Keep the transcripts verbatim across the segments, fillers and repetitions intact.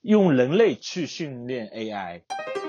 用人类去训练 A I。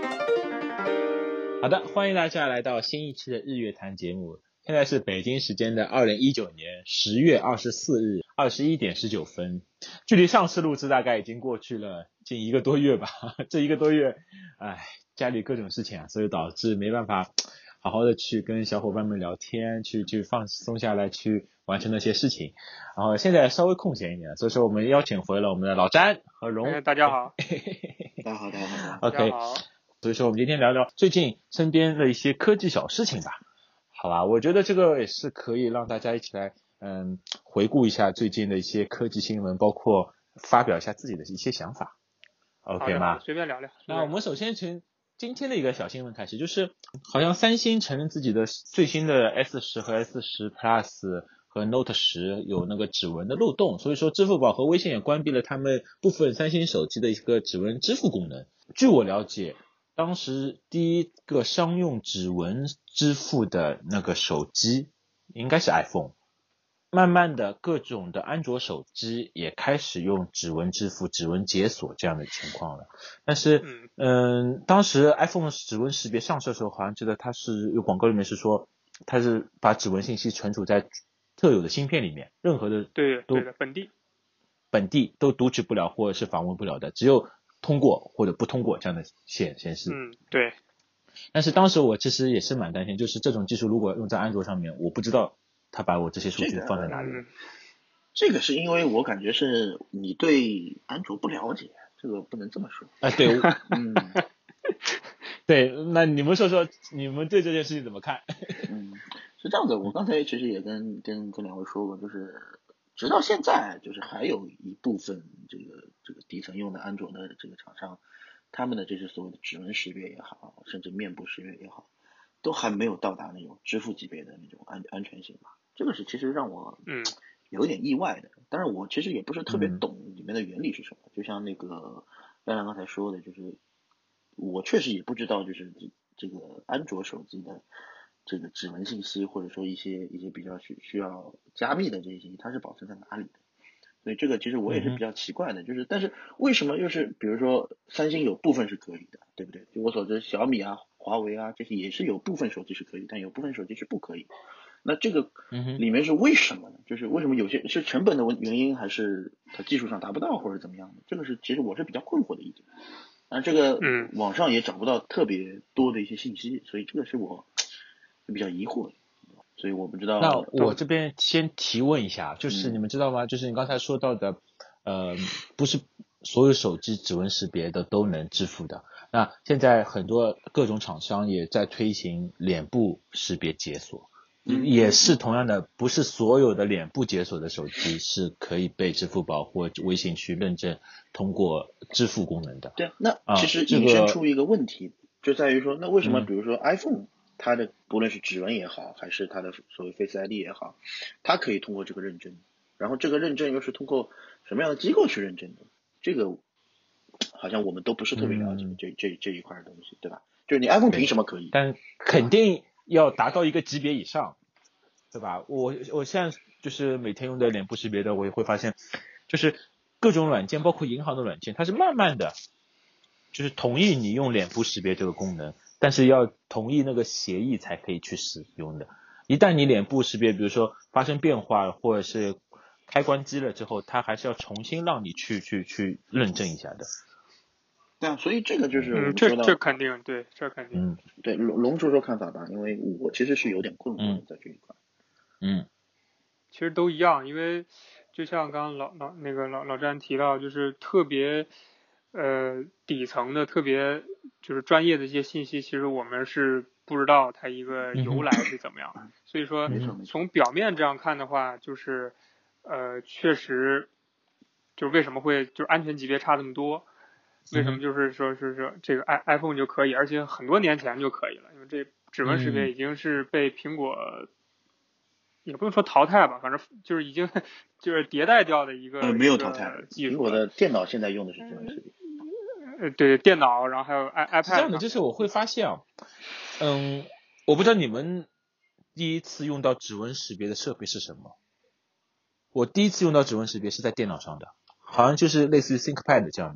好的，欢迎大家来到新一期的日月谈节目。现在是北京时间的二零一九年十月二十四日二十一点十九分，距离上次录制大概已经过去了近一个多月吧。这一个多月唉，家里各种事情啊，所以导致没办法好好的去跟小伙伴们聊天，去去放松下来，去完成那些事情。然后现在稍微空闲一点，所以说我们邀请回了我们的老詹和荣。 哎，大家好。 大家好，大家好。 大家 OK， 好。 所以说我们今天聊聊最近身边的一些科技小事情吧。好吧，我觉得这个也是可以让大家一起来嗯回顾一下最近的一些科技新闻，包括发表一下自己的一些想法。OK 吗？ 随便聊聊。 那我们首先从今天的一个小新闻开始，就是好像三星承认自己的最新的 S 十 和 S 十 Plus 和 Note 十有那个指纹的漏洞，所以说支付宝和微信也关闭了他们部分三星手机的一个指纹支付功能。据我了解，当时第一个商用指纹支付的那个手机应该是 iPhone， 慢慢的各种的安卓手机也开始用指纹支付、指纹解锁这样的情况了。但是嗯、呃，当时 iPhone 指纹识别上市的时候，好像记得它是有广告里面是说它是把指纹信息存储在特有的芯片里面，任何的对对的本地本地都读取不了或者是访问不了的，只有通过或者不通过这样的显显示。 嗯，对。 但是当时我其实也是蛮担心，就是这种技术如果用在安卓上面，我不知道他把我这些数据放在哪里。 这个, 这个是因为我感觉是你对安卓不了解，这个不能这么说。 啊，对， 嗯， 对，那你们说说你们对这件事情怎么看？ 嗯，是这样的，我刚才其实也跟跟跟两位说过，就是直到现在，就是还有一部分这个这个底层用的安卓的这个厂商，他们的这些所谓的指纹识别也好，甚至面部识别也好，都还没有到达那种支付级别的那种安安全性吧。这个是其实让我嗯有点意外的。当然我其实也不是特别懂里面的原理是什么，嗯、就像那个亮亮刚才说的，就是我确实也不知道，就是这这个安卓手机的这个指纹信息，或者说一些一些比较需需要加密的这些信息，它是保存在哪里的。所以这个其实我也是比较奇怪的，就是但是为什么又是比如说三星有部分是可以的，对不对？就我所知，小米啊、华为啊这些也是有部分手机是可以，但有部分手机是不可以。那这个里面是为什么呢？就是为什么有些是成本的原因，还是它技术上达不到，或者怎么样的？这个是其实我是比较困惑的一点。但这个网上也找不到特别多的一些信息，所以这个是我比较疑惑的。所以我不知道。 那我这边先提问一下，就是你们知道吗？嗯、就是你刚才说到的，呃，不是所有手机指纹识别的都能支付的。那现在很多各种厂商也在推行脸部识别解锁，嗯、也是同样的，不是所有的脸部解锁的手机是可以被支付宝或微信去认证通过支付功能的。 对，那其实引申出一个问题， 啊这个、就在于说，那为什么比如说 iPhone？、嗯它的不论是指纹也好，还是它的所谓 Face I D 也好，它可以通过这个认证，然后这个认证又是通过什么样的机构去认证的？这个好像我们都不是特别了解、嗯、这这这一块的东西，对吧？就是你 iPhone 凭什么可以？ 但肯定要达到一个级别以上，对吧？我我现在就是每天用的脸部识别的，我也会发现，就是各种软件，包括银行的软件，它是慢慢的，就是同意你用脸部识别这个功能。但是要同意那个协议才可以去使用的。一旦你脸部识别，比如说发生变化或者是开关机了之后，它还是要重新让你去去去认证一下的。 对啊，所以这个就是我们说到、 嗯、这这肯定对，这肯定。 嗯，对，龙龙说说看法吧，因为我其实是有点困惑的在这一块。 嗯， 其实都一样，因为就像刚刚老老那个老老詹提到，就是特别。呃，底层的特别就是专业的一些信息，其实我们是不知道它一个由来是怎么样。嗯、所以说，从表面这样看的话，就是呃，确实就是为什么会就是安全级别差这么多？为什么就是说是说这个 i iPhone 就可以，而且很多年前就可以了？因为这指纹识别已经是被苹果。也不用说淘汰吧，反正就是已经就是迭代掉的一个呃没有淘汰技术。 苹果的电脑现在用的是指纹识别。 呃，对，电脑，然后还有 iPad。 是这样的，就是我会发现啊，嗯，我不知道你们第一次用到指纹识别的设备是什么。我第一次用到指纹识别是在电脑上的，好像就是类似于 ThinkPad 这样的。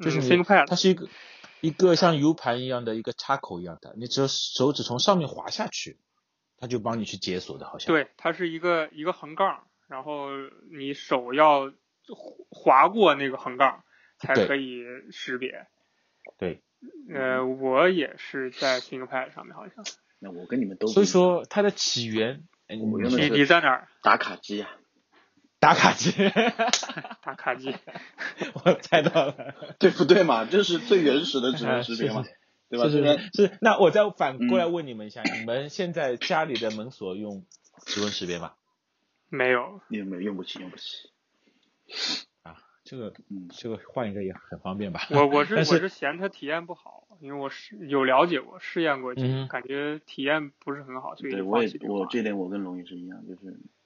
就是你、 嗯、 它是一个一个像 U 盘一样的一个插口一样的，你只要手指从上面滑下去，它就帮你去解锁的，好像。 对，它是一个一个横杠，然后你手要划过那个横杠才可以识别。 对。 呃，我也是在 ThinkPad 上面好像。 那我跟你们都不一样。 所以说它的起源， 我用的你你在哪儿？ 打卡机啊。 打卡机。 打卡机。 我猜到了。 对不对嘛？这是最原始的指纹识别嘛。 是对吧？ 是是是。那我再反过来问你们一下， 嗯、 你们现在家里的门锁用指纹识别吗？ 没有。 用没用不起，用不起。 啊，这个，嗯，这个换一个也很方便吧？ 我我是是我是嫌它体验不好，因为我是有了解过，试验过， 嗯， 感觉体验不是很好，所以对我也我这点我跟龙也是一样，就是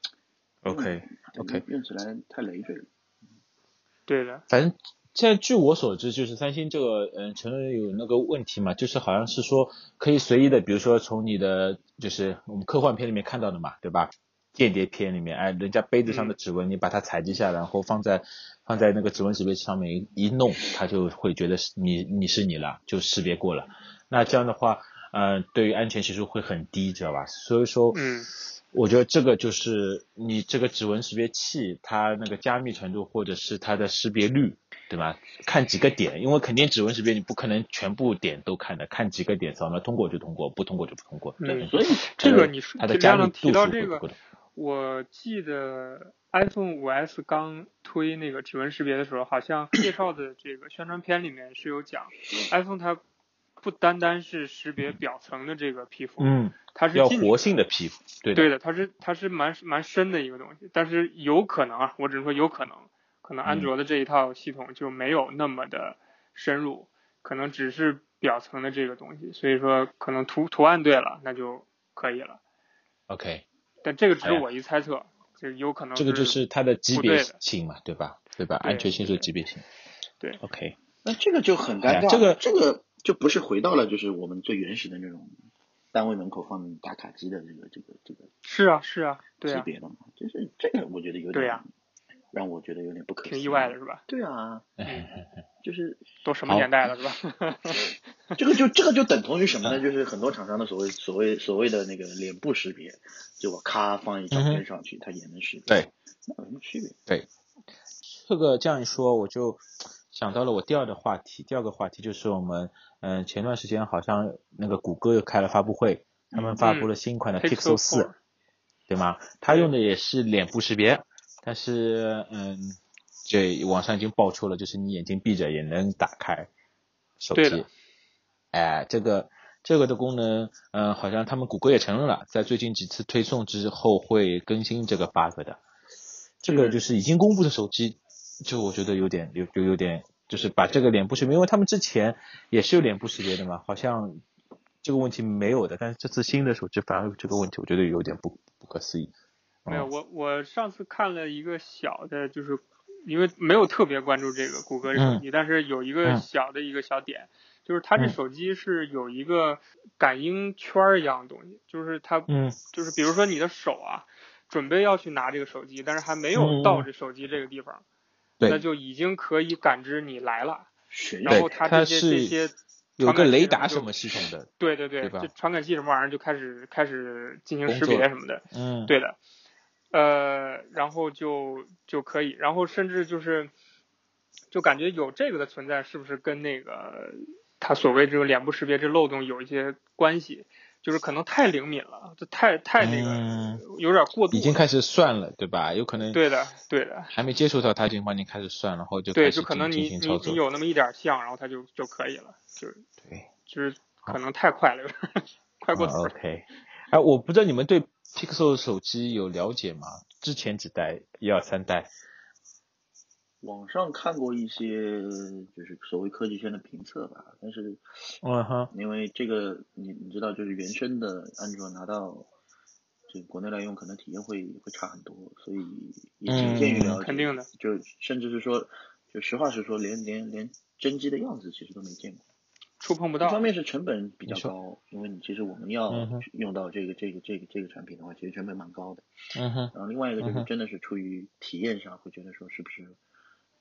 OK OK 用起来太累赘了。 对的， 反正现在据我所知，就是三星这个嗯承认有那个问题嘛，就是好像是说可以随意的，比如说从你的就是我们科幻片里面看到的嘛，对吧？间谍片里面，哎，人家杯子上的指纹，嗯、你把它采集下来，然后放在放在那个指纹识别器上面一弄，它就会觉得你你是你了，就识别过了。那这样的话，呃，对于安全系数会很低，知道吧？所以说， 嗯， 我觉得这个就是你这个指纹识别器它那个加密程度或者是它的识别率，对吧？看几个点，因为肯定指纹识别你不可能全部点都看的，看几个点扫描通过就通过，不通过就不通过。 嗯， 所以这个你它的加密度数会不够的。 我记得 iPhone 五 S 刚推那个指纹识别的时候，好像介绍的这个宣传片里面是有讲 ，iPhone 它不单单是识别表层的这个皮肤， 嗯， 它是要活性的皮肤，对的， 对的，它是它是蛮蛮深的一个东西，但是有可能啊，我只能说有可能，可能安卓的这一套系统就没有那么的深入，可能只是表层的这个东西，所以说可能图图案对了，那就可以了。 OK。 但这个只是我一猜测，哎、就有可能这个就是它的级别性嘛， 对吧？对吧？安全系数级别性。 对。 OK。 那这个就很尴尬， 哎、这个这个就不是回到了就是我们最原始的那种单位门口放打卡机的这个这个这个。 是啊是啊，对啊。 级别了嘛，就是这个我觉得有点。 对呀、啊。 让我觉得有点不可思议。 挺意外的是吧？ 对啊。 嗯、 就是都什么年代了是吧？ 这个就这个就等同于什么呢？就是很多厂商的所谓所谓所谓的那个脸部识别，就我咔放一照片上去，嗯、它也能识别。 对， 那有什么区别？ 对，这个这样一说，我就想到了我第二个话题。第二个话题就是我们嗯、呃、前段时间好像那个谷歌又开了发布会，他们发布了新款的 Pixel 四、嗯，对吗？它用的也是脸部识别，但是嗯。这网上已经爆出了，就是你眼睛闭着也能打开手机。哎，这个这个的功能，嗯、呃，好像他们谷歌也承认了，在最近几次推送之后会更新这个 bug 的。这个就是已经公布的手机，就我觉得有点有就有点，就是把这个脸部识别，因为他们之前也是有脸部识别的嘛，好像这个问题没有的，但是这次新的手机反而有这个问题，我觉得有点不不可思议。 嗯、没有，我我上次看了一个小的，就是因为没有特别关注这个谷歌的手机、嗯，但是有一个小的一个小点，嗯、就是它这手机是有一个感应圈一样的东西，就是它， 嗯， 就是比如说你的手啊，准备要去拿这个手机，但是还没有到这手机这个地方， 嗯、 那就已经可以感知你来了。 然后它这些这些有个雷达什么系统的， 对对对， 对这传感器什么玩意儿就开始开始进行识别什么的， 嗯， 对的。呃，然后就就可以，然后甚至就是，就感觉有这个的存在，是不是跟那个它所谓这个脸部识别这漏洞有一些关系？就是可能太灵敏了，这太太那个、 嗯、 有点过度， 已经开始算了，对吧？有可能对的对的， 还没接触到它，已经帮你开始算，然后就对， 开始就可能你你你有那么一点像，然后它就就可以了，就是对， 就是可能太快了，有点快过头了。 哦、OK， 哎、啊，我不知道你们对 Pixel 手机有了解吗？之前几代一二三代， 网上看过一些就是所谓科技圈的评测吧，但是， 嗯哼， 因为这个你你知道，就是原生的安卓拿到这个国内来用，可能体验会会差很多，所以也仅限于了解、 嗯，肯定的， 就甚至是说，就实话实说，连连连真机的样子其实都没见过。 触碰不到。 一方面是成本比较高，因为你其实我们要用到这个、嗯、这个这个这个产品的话，其实成本蛮高的。 嗯哼。 然后另外一个就是真的是出于体验上会觉得说是不是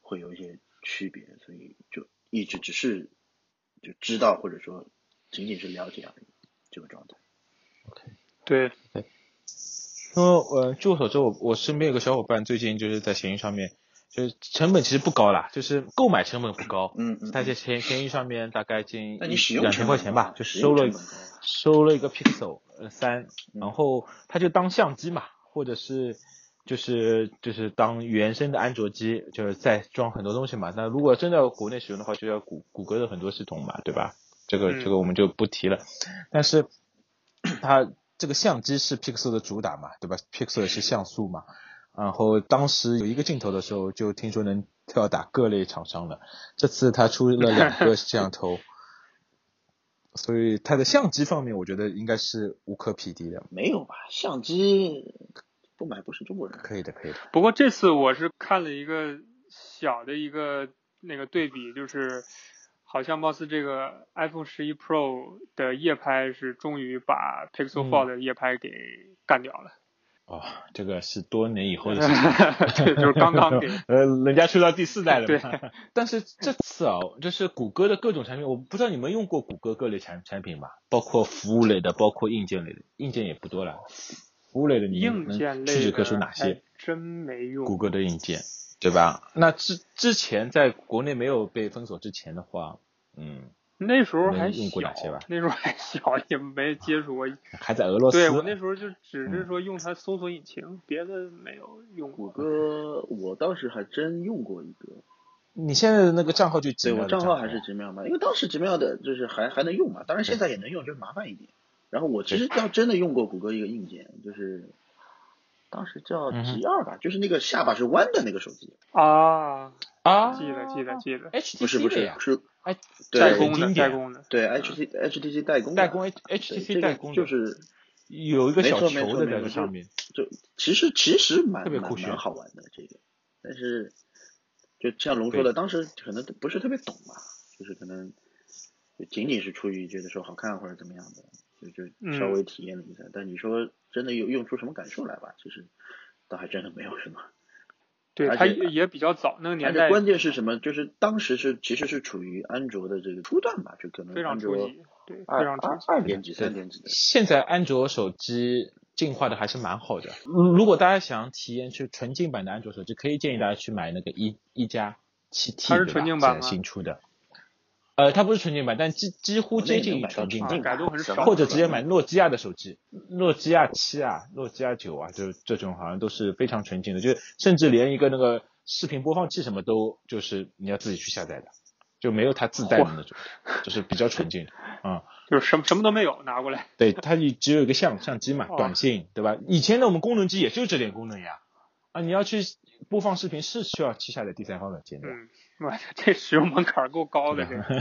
会有一些区别，所以就一直只是就知道或者说仅仅是了解而已这个状态。 OK， 对对。因为呃，据我所知，我我身边有个小伙伴最近就是在闲鱼上面，就是成本其实不高啦，就是购买成本不高， 嗯嗯， 他在闲闲鱼上面大概近那你使用两千块钱吧，就收了收了一个 Pixel 呃三，然后他就当相机嘛，或者是就是就是当原生的安卓机，就是再装很多东西嘛。那如果真的国内使用的话，就要谷谷歌的很多系统嘛，对吧？这个这个我们就不提了。但是它这个相机是 Pixel 的主打嘛，对吧 ？Pixel 也是像素嘛。然后当时有一个镜头的时候，就听说能吊打各类厂商了。这次它出了两个摄像头，所以它的相机方面，我觉得应该是无可匹敌的。 没有吧？相机不买不是中国人。 可以的，可以的。 不过这次我是看了一个小的一个那个对比，就是好像貌似这个 iPhone 十一 Pro 的夜拍是终于把 Pixel Fold 的夜拍给干掉了。 哦，这个是多年以后的事情。 对，就是刚刚给呃，人家出到第四代了嘛。 对。 但是这次啊，就是谷歌的各种产品，我不知道你们用过谷歌各类产产品吗？包括服务类的，包括硬件类的，硬件也不多了。服务类的你能屈指可数哪些？ 真没用。 谷歌的硬件，对吧？那之之前在国内没有被封锁之前的话，嗯。 那时候还小， 用过哪些吧？ 那时候还小，也没接触过。 还在俄罗斯。 对，我那时候就只是说用它搜索引擎，嗯、别的没有用过。 谷歌我当时还真用过一个。 你现在的那个账号就极妙的对，我账号还是极妙嘛，因为当时极妙的就是还还能用嘛，当然现在也能用，就是麻烦一点。然后我其实要真的用过谷歌一个硬件，就是当时叫 G 二 吧、嗯，就是那个下巴是弯的那个手机。 啊啊， 记得记得记得。 H T C 不是不是是。 哎， 代工的代工的， 对 H T H T C 代工代工 H T C 代工就是有一个小球的在这上面， 就其实其实蛮特别酷炫， 蛮好玩的这个，但是就像龙说的，当时可能不是特别懂吧，就是可能就仅仅是出于觉得说好看或者怎么样的，就就稍微体验了一下、嗯，但你说真的有用出什么感受来吧，其实倒还真的没有什么。 对，它也比较早，那个年代。 关键是什么？就是当时是其实是处于安卓的这个初段吧，就可能安卓对非常二二点几、三点几的。 现在安卓手机进化的还是蛮好的。如果大家想体验去纯净版的安卓手机，可以建议大家去买那个一一加七 T， 它是纯净版吗？ 新出的。呃，它不是纯净版，但几几乎接近于纯净版， 改动很少。 或者直接买诺基亚的手机，诺基亚七啊，诺基亚九啊，就这种好像都是非常纯净的，就甚至连一个那个视频播放器什么都就是你要自己去下载的，就没有它自带的那种，就是比较纯净的，嗯， 就是什么什么都没有拿过来。 对，它只有一个相相机嘛，哦、短信，对吧？以前的我们功能机也就这点功能呀，啊，你要去播放视频是需要去下载第三方软件的。 嗯，哇，这使用门槛够高的这个。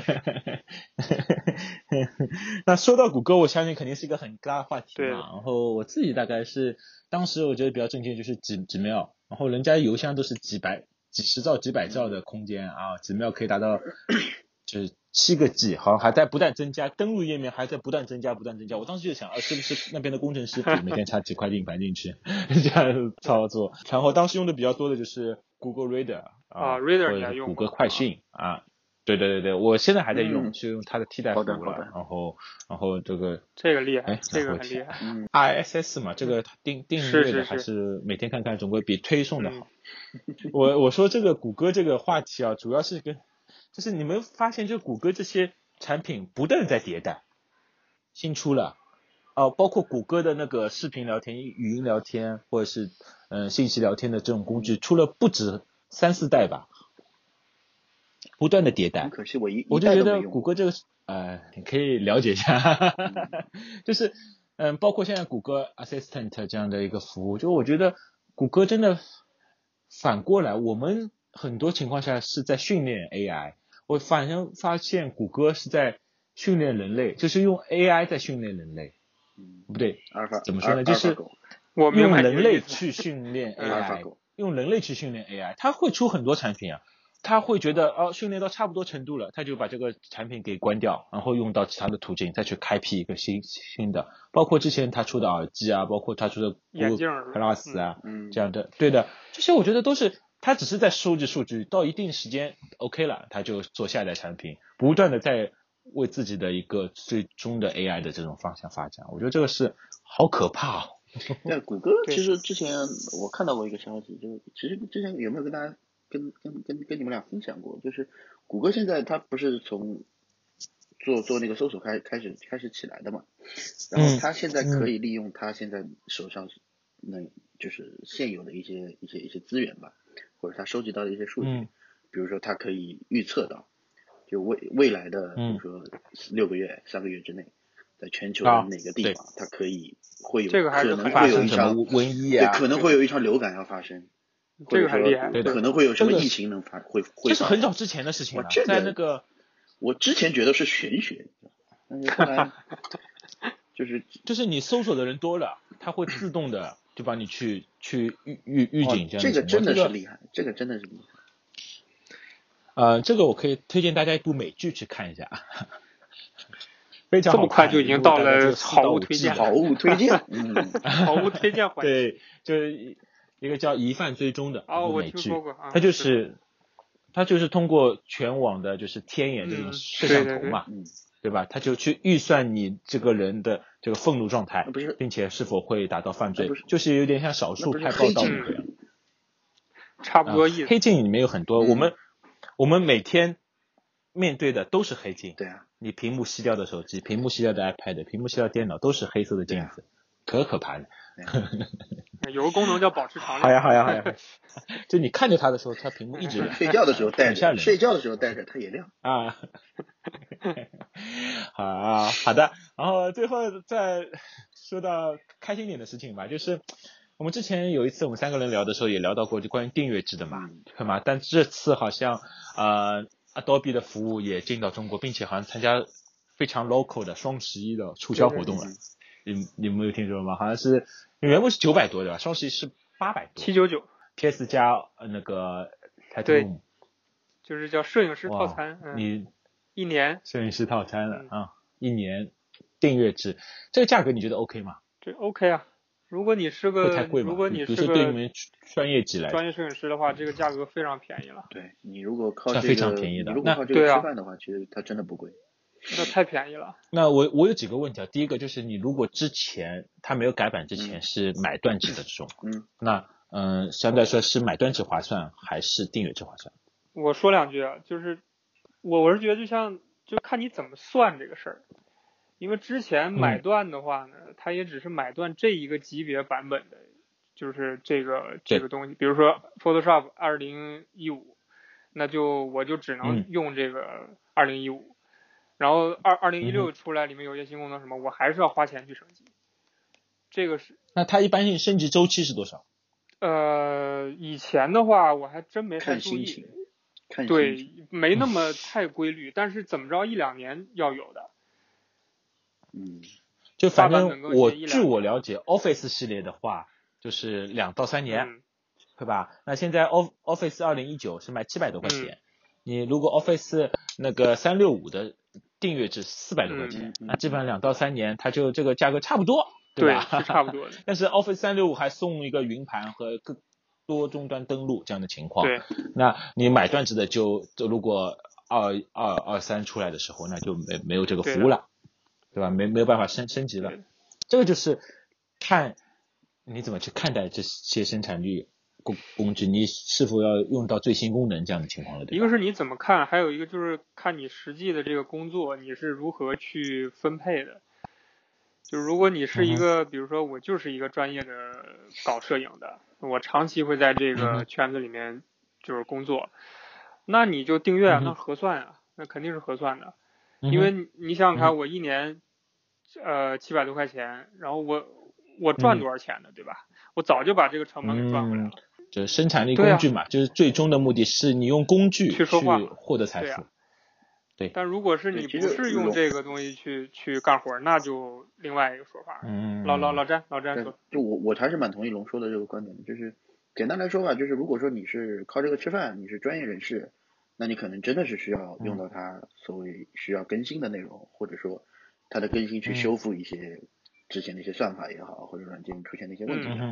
那说到谷歌，我相信肯定是一个很大的话题嘛。然后我自己大概是当时我觉得比较震惊，就是几几秒，然后人家邮箱都是几百、几十兆、几百兆的空间啊，几秒可以达到就是七个 G， 好像还在不断增加，登录页面还在不断增加、不断增加。我当时就想，啊，是不是那边的工程师每天插几块硬盘进去这样操作？然后当时用的比较多的就是 Google Reader 啊 ，Reader 或者是谷歌快讯啊。对对对对，我现在还在用， 嗯、 是用它的替代服务了。然后，然后这个这个厉害， 哎， 这个很厉害。 嗯 ，I S S 嘛，这个订订阅的还是每天看看，总归比推送的好。 嗯、 我我说这个谷歌这个话题啊，主要是跟，就是你们发现，就谷歌这些产品不断在迭代，新出了，哦、呃，包括谷歌的那个视频聊天、语音聊天，或者是嗯、呃、信息聊天的这种工具，出了不止三四代吧。不断的迭代， 很可惜我一我就觉得谷歌这个呃，你可以了解一下，嗯、就是嗯、呃，包括现在谷歌 Assistant 这样的一个服务，就我觉得谷歌真的反过来，我们很多情况下是在训练 A I， 我反正发现谷歌是在训练人类，就是用 A I 在训练人类， 嗯， 不对，怎么说呢？ 阿就是用人类去训练 A I， 用人类去训练 A I， 它会出很多产品啊。他会觉得哦，训练到差不多程度了，他就把这个产品给关掉，然后用到其他的途径，再去开辟一个新新的。包括之前他出的耳机啊，包括他出的 Google Plus 啊， 嗯、 这样的，对的，这些我觉得都是他只是在收集数据，到一定时间 OK 了，他就做下一代产品，不断的在为自己的一个最终的 A I 的这种方向发展。我觉得这个是好可怕哦。 对，谷歌其实之前我看到过一个消息，就其实之前有没有跟大家跟跟跟跟你们俩分享过，就是谷歌现在它不是从做做那个搜索开开始开始起来的嘛，然后它现在可以利用它现在手上那就是现有的一些一些一些资源吧，或者它收集到的一些数据， 嗯、 比如说它可以预测到，就未未来的比如说六个月、三个月之内，在全球的哪个地方，它可以会有这个还是可能会有一场瘟疫啊， 对，可能会有一场流感要发生， 这个很厉害， 可能会有什么疫情能发会会。 这是很早之前的事情了，在那个我之前觉得是玄学，但是后来就是就是你搜索的人多了，它会自动的就帮你去去预预预警这样的情况。 这个真的是厉害，这个真的是厉害。 呃，这个我可以推荐大家一部美剧去看一下，非常好看。 这么快就已经到了好物推荐， 好物推荐，嗯， 好物推荐环节。 对，就是一个叫《疑犯追踪》的哦， 一部美剧， 啊、 它就是它就是通过全网的就是天眼这种摄像头嘛， 嗯、对, 对, 对, 对吧？它就去预算你这个人的这个愤怒状态， 不是， 并且是否会达到犯罪， 是就是有点像少数派报道那个样。 差不多意思。 呃、黑镜里面有很多， 嗯、 我们我们每天面对的都是黑镜。 对啊， 你屏幕熄掉的手机，屏幕熄掉的 iPad， 屏幕熄掉电脑，都是黑色的镜子，可可怕了。 有个功能叫保持长亮。 好呀好呀好呀，就你看着它的时候，它屏幕一直亮。 睡觉的时候带着，睡觉的时候带着，它也亮。 啊，好啊，好的。然后最后再说到开心点的事情吧，就是我们之前有一次我们三个人聊的时候也聊到过，就关于订阅制的嘛，对吗？但这次好像呃 Adobe 的服务也进到中国，并且好像参加非常 local 的双十一的促销活动了。你你们有听说吗？好像是原本是九百多对吧？双十一是八百多， 七九九 P S 加那个 Lightroom， 就是叫摄影师套餐， 嗯、你一年摄影师套餐了、嗯、啊，一年订阅制，这个价格你觉得 OK 吗？ 这 OK 啊，如果你是个会太贵吗？ 如果你是个对你们专业级来专业摄影师的话，这个价格非常便宜了。 对，你如果靠这个非常便宜的， 你如果靠这个吃饭的话，其实它真的不贵。 那太便宜了。 那我我有几个问题啊，第一个就是你如果之前它没有改版之前是买断制的这种， 嗯， 那嗯、呃，相对来说是买断制划算还是订阅制划算？ 我说两句啊，就是我我是觉得就像就看你怎么算这个事儿，因为之前买断的话呢，嗯、它也只是买断这一个级别版本的，就是这个这个东西，比如说 Photoshop 二零一五，那就我就只能用这个二零一五。然后二二零一六出来，里面有些新功能什么，我还是要花钱去升级。这个是。 那它一般性升级周期是多少？ 呃，以前的话我还真没太注意。 看对，没那么太规律，但是怎么着一两年要有的。 嗯。 就反正我据我了解 ，Office 系列的话就是两到三年， 嗯、 对吧？那现在 Office 二零一九是卖七百多块钱， 嗯、 你如果 Office 那个三六五的订阅制四百多块钱， 嗯、 那基本上两到三年，它就这个价格差不多，对吧？ 对，是差不多的。 但是 Office 三六五还送一个云盘和更多终端登录这样的情况。 对， 那你买断制的就就如果二二二三出来的时候，那就没没有这个服务了，对吧？没没有办法升升级了。这个就是看你怎么去看待这些生产力工工具，你是否要用到最新功能这样的情况了，对吧？ 一个是你怎么看，还有一个就是看你实际的这个工作你是如何去分配的。就是如果你是一个、嗯、比如说我就是一个专业的搞摄影的，我长期会在这个圈子里面就是工作，嗯、那你就订阅啊，那合算啊，那肯定是合算的， 嗯、 因为你想想看，我一年呃七百多块钱，然后我我赚多少钱呢，嗯、对吧？我早就把这个成本给赚回来了。 嗯、就是生产力工具嘛，啊、就是最终的目的是你用工具去获得财富。 对啊对， 但如果是你不是用这个东西去去干活，那就另外一个说法。 嗯， 老老老詹老詹说， 就我我还是蛮同意龙说的这个观点的，就是简单来说吧，就是如果说你是靠这个吃饭，你是专业人士，那你可能真的是需要用到它所谓需要更新的内容，嗯、或者说它的更新去修复一些之前的一些算法也好，或者软件出现的一些问题也好。 嗯、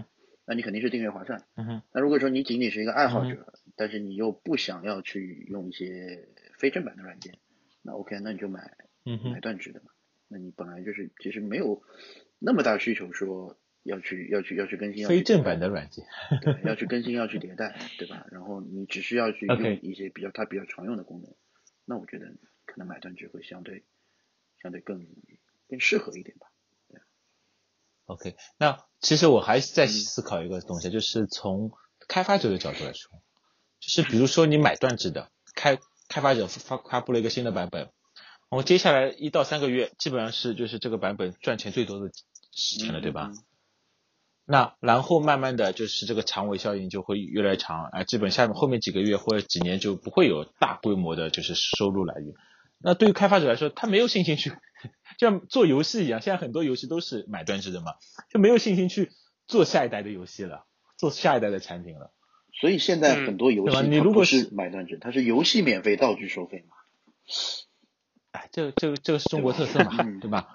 那你肯定是订阅划算。 嗯哼。 那如果说你仅仅是一个爱好者， 嗯、 但是你又不想要去用一些非正版的软件，那 OK， 那你就买、 嗯、 买断制的嘛。那你本来就是其实没有那么大需求说要去要去要去更新， 非正版的软件， 对，要去更新要去迭代，对吧？然后你只是要去用一些比较它比较常用的功能，那我觉得可能买断制会相对相对更更适合一点吧。对 OK， 那其实我还在思考一个东西，嗯、就是从开发者的角度来说，就是比如说你买断制的，开开发者发发布了一个新的版本，我接下来一到三个月基本上是就是这个版本赚钱最多的时间了， 嗯、 对吧？ 嗯嗯， 那然后慢慢的就是这个长尾效应就会越来越长，哎，基本下面后面几个月或者几年就不会有大规模的就是收入来源。那对于开发者来说，他没有信心去，就像做游戏一样，现在很多游戏都是买断制的嘛，就没有信心去做下一代的游戏了，做下一代的产品了。 所以现在很多游戏它不是买断制，它是游戏免费，道具收费嘛。 哎，这这这个是中国特色嘛，对吧？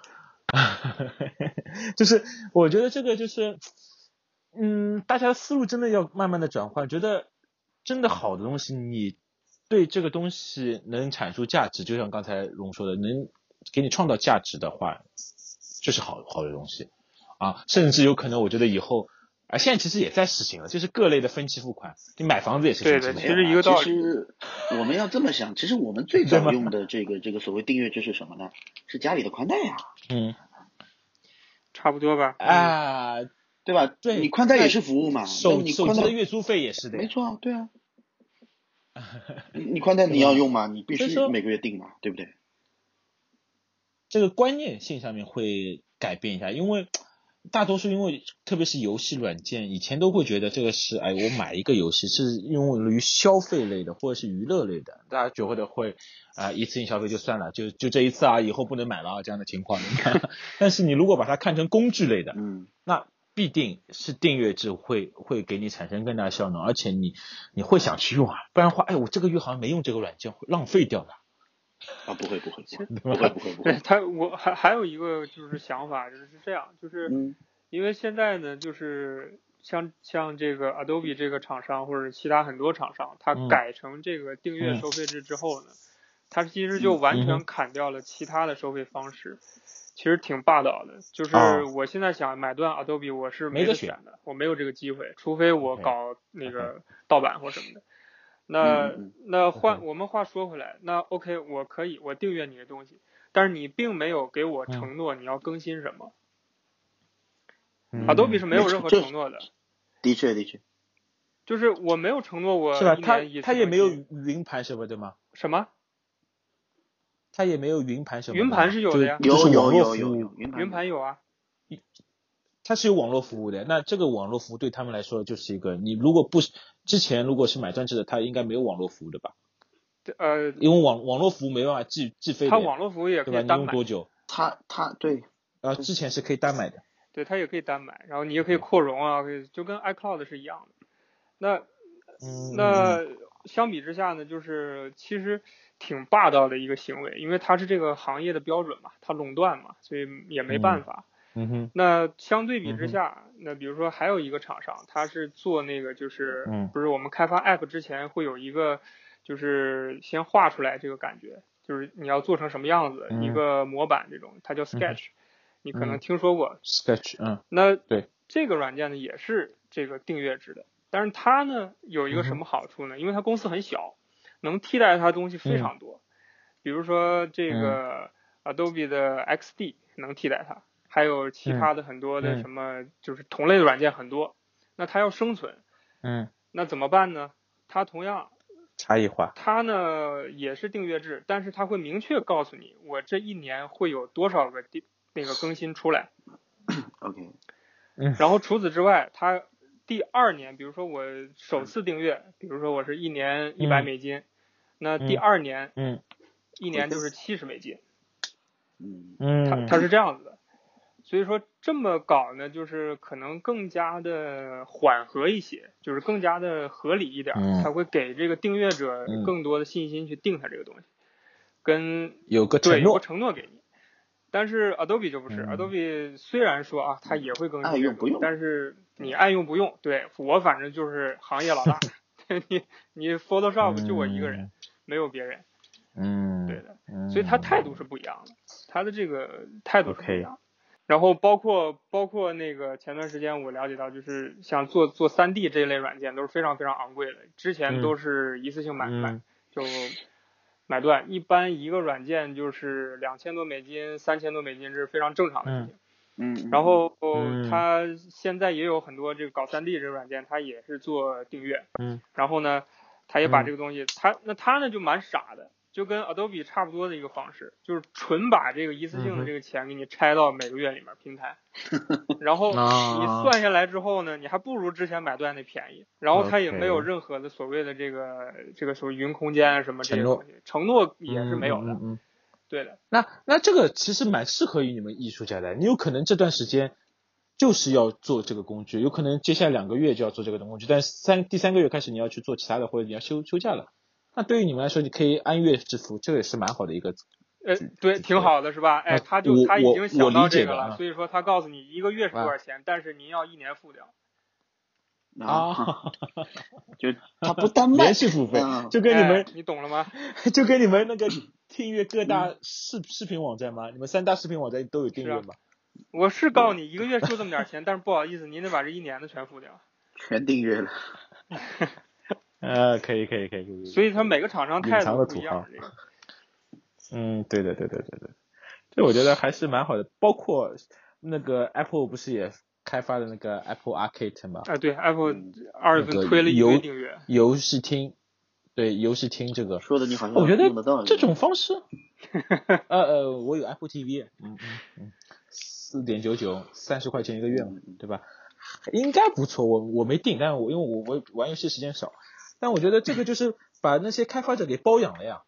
就是我觉得这个就是，嗯，大家的思路真的要慢慢的转换，觉得真的好的东西，你对这个东西能产出价值，就像刚才荣说的，能给你创造价值的话，就是好好的东西啊，甚至有可能我觉得以后。啊，现在其实也在实行了，就是各类的分期付款，你买房子也是分期付款。 对对，其实一个道理。 其实我们要这么想，其实我们最早用的这个这个所谓订阅制是什么呢？是家里的宽带呀、啊。 嗯， 差不多吧。 啊， 对吧？ 对， 你宽带也是服务嘛， 手你宽手机的月租费也是的。 没错啊，对啊。你宽带你要用嘛，你必须每个月订嘛，对不对？ 这个观念性上面会改变一下，因为。大多数因为特别是游戏软件，以前都会觉得这个是哎，我买一个游戏是用于消费类的或者是娱乐类的，大家觉得会啊、呃、一次性消费就算了，就就这一次啊，以后不能买了啊这样的情况。但是你如果把它看成工具类的， 嗯， 那必定是订阅制会会给你产生更大效能，而且你你会想去用啊，不然的话，哎，我这个月好像没用这个软件，会浪费掉了。 啊，不会不会不会不会不会不会。 对他，我还还有一个就是想法，就是这样，就是因为现在呢，就是像像这个 Adobe 这个厂商或者其他很多厂商，它改成这个订阅收费制之后呢，它其实就完全砍掉了其他的收费方式，其实挺霸道的。就是我现在想买断 Adobe， 我是没得选的，我没有这个机会，除非我搞那个盗版或什么的。那那换我们话说回来，那 OK 我可以我订阅你的东西，但是你并没有给我承诺你要更新什么。 嗯、 Adobe 是没有任何承诺的。 的确的确， 就是我没有承诺我是吧？ 一年一次他他也没有云盘什么的吗？ 什么？ 他也没有云盘什么的。 云盘是有的呀， 有有有有有云盘云盘有啊。 它是有网络服务的，那这个网络服务对他们来说就是一个，你如果不之前如果是买断制的，它应该没有网络服务的吧？ 呃， 因为网网络服务没办法计计费的， 它网络服务也可以单买， 对吧？你用多久？ 它它对， 啊，之前是可以单买的， 对，它也可以单买，然后你也可以扩容啊，可以就跟 iCloud 是一样的。那嗯， 那相比之下呢，就是其实挺霸道的一个行为，因为它是这个行业的标准嘛，它垄断嘛，所以也没办法。 嗯嗯哼， 那相对比之下，嗯、那比如说还有一个厂商，他是做那个就是， 嗯、 不是我们开发 App 之前会有一个，就是先画出来这个感觉，就是你要做成什么样子， 嗯、 一个模板这种，它叫 Sketch，、嗯、你可能听说过。 Sketch， 嗯， 那对， 这个软件呢也是这个订阅制的，但是它呢有一个什么好处呢？嗯、因为它公司很小，能替代它的东西非常多，嗯、比如说这个 Adobe 的 X D 能替代它。还有其他的很多的什么，嗯、就是同类的软件很多，那它要生存， 嗯， 那怎么办呢？它同样差异化， 它呢也是订阅制，但是它会明确告诉你，我这一年会有多少个第那个更新出来。 OK， 嗯， 然后除此之外，它第二年，比如说我首次订阅，比如说我是一年一百美金，嗯、那第二年， 嗯， 一年就是七十美金， 嗯， 它它是这样子的。所以说这么搞呢，就是可能更加的缓和一些，就是更加的合理一点， 嗯、 它会给这个订阅者更多的信心去订它这个东西，跟有个承诺， 对有个承诺给你。 但是 Adobe 就不是、 嗯、 ，Adobe 虽然说啊，它也会更新， 爱用不用， 但是你爱用不用，对我反正就是行业老大，你你 Photoshop 就我一个人， 嗯、 没有别人， 嗯， 对的， 嗯、 所以他态度是不一样的，他的这个态度是不一样的。 Okay. 然后包括包括那个前段时间我了解到，就是像做做 三 D 这一类软件都是非常非常昂贵的，之前都是一次性买、 嗯、 买就买断，一般一个软件就是两千多美金、三千多美金，这是非常正常的事情。 嗯， 然后嗯、 它现在也有很多这个搞 三 D 这个软件，它也是做订阅。 嗯。 然后呢，它也把这个东西，它那它呢就蛮傻的。就跟 Adobe 差不多的一个方式，就是纯把这个一次性的这个钱给你拆到每个月里面平台，然后你算下来之后呢，你还不如之前买断那便宜，然后它也没有任何的所谓的这个这个所谓云空间啊什么这些东西，承诺也是没有的， 嗯嗯嗯、 对的。 那那这个其实蛮适合于你们艺术家的，你有可能这段时间就是要做这个工具，有可能接下来两个月就要做这个工具，但是三第三个月开始你要去做其他的，或者你要休休假了。那对于你们来说，你可以按月支付，这个也是蛮好的一个， 呃，对，挺好的是吧？哎，他就他已经想到这个了，所以说他告诉你一个月是多少钱，但是您要一年付掉。 啊，就他不单卖连续付费，就跟你们、 哎、你懂了吗？ 就跟你们那个订阅各大视、嗯、视频网站吗？你们三大视频网站都有订阅吗？ 是啊、我是告诉你一个月就这么点钱，但是不好意思，您得把这一年的全付掉。 全订阅了。 呃，可以可以可以可以。 所以他每个厂商态度不一样。这个、 嗯，对的对的对的，这我觉得还是蛮好的。包括那个 Apple 不是也开发的那个 Apple Arcade 吗？ 啊，对 ，Apple 二月份推了一堆订阅。 游戏厅，对游戏厅这个。 说的你好像我觉得这种方式，呃呃，我有 Apple T V， 嗯嗯嗯，四点九九，三十块钱一个月嘛，对吧？应该不错，我我没订，但是我因为我我玩游戏时间少。但我觉得这个就是把那些开发者给包养了呀，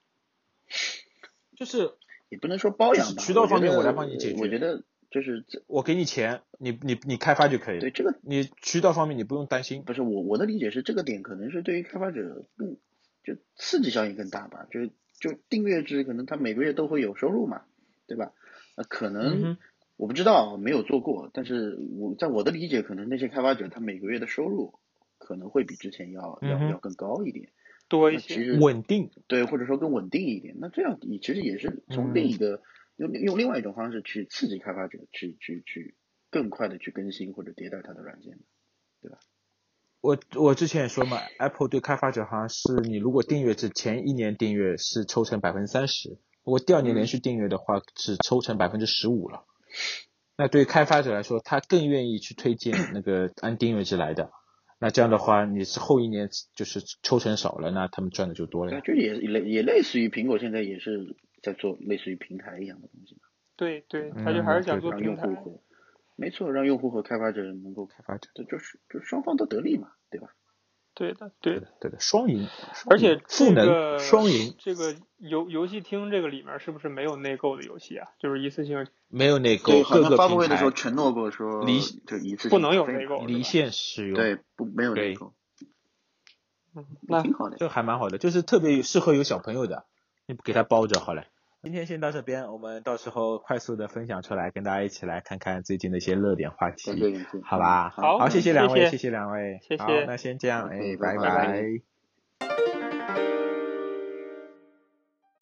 就是也不能说包养吧， 渠道方面我来帮你解决。 我觉得就是我给你钱，你你你开发就可以了。 对这个， 你渠道方面你不用担心。 不是我我的理解是这个点可能是对于开发者更就刺激效应更大吧，就是就订阅制可能他每个月都会有收入嘛，对吧？那可能、嗯、我不知道没有做过，但是我在我的理解，可能那些开发者他每个月的收入。可能会比之前要、嗯、要要更高一点， 多一些， 其实稳定， 对，或者说更稳定一点。那这样你其实也是从另一个、嗯、用用另外一种方式去刺激开发者去去去更快的去更新或者迭代它的软件，对吧？ 我我之前也说嘛 ，Apple 对开发者好像是你如果订阅制前一年订阅是抽成百分之三十，如果第二年连续订阅的话、嗯、是抽成百分之十五了。那对于开发者来说，他更愿意去推荐那个按订阅制来的。那这样的话，你是后一年就是抽成少了，那他们赚的就多了呀。 对，就也类也类似于苹果现在也是在做类似于平台一样的东西。 对对，他就还是想做平台。 嗯、没错，让用户和开发者能够开发者， 这就是就双方都得利嘛，对吧？ 对的，对的，对的，双赢。 而且赋能双赢。 这个游游戏厅这个里面是不是没有内购的游戏啊？就是一次性没有内购， 对， 各个发布会的时候承诺过说离就一次性不能有内购， 离线使用。 对，不没有内购。 嗯，那挺好的， 这还蛮好的，就是特别适合有小朋友的，你给他包着好了。今天先到这边，我们到时候快速的分享出来，跟大家一起来看看最近的一些热点话题，好吧？ 好， 好，谢谢两位， 谢谢谢两位， 谢谢， 好，那先这样，哎，拜拜拜。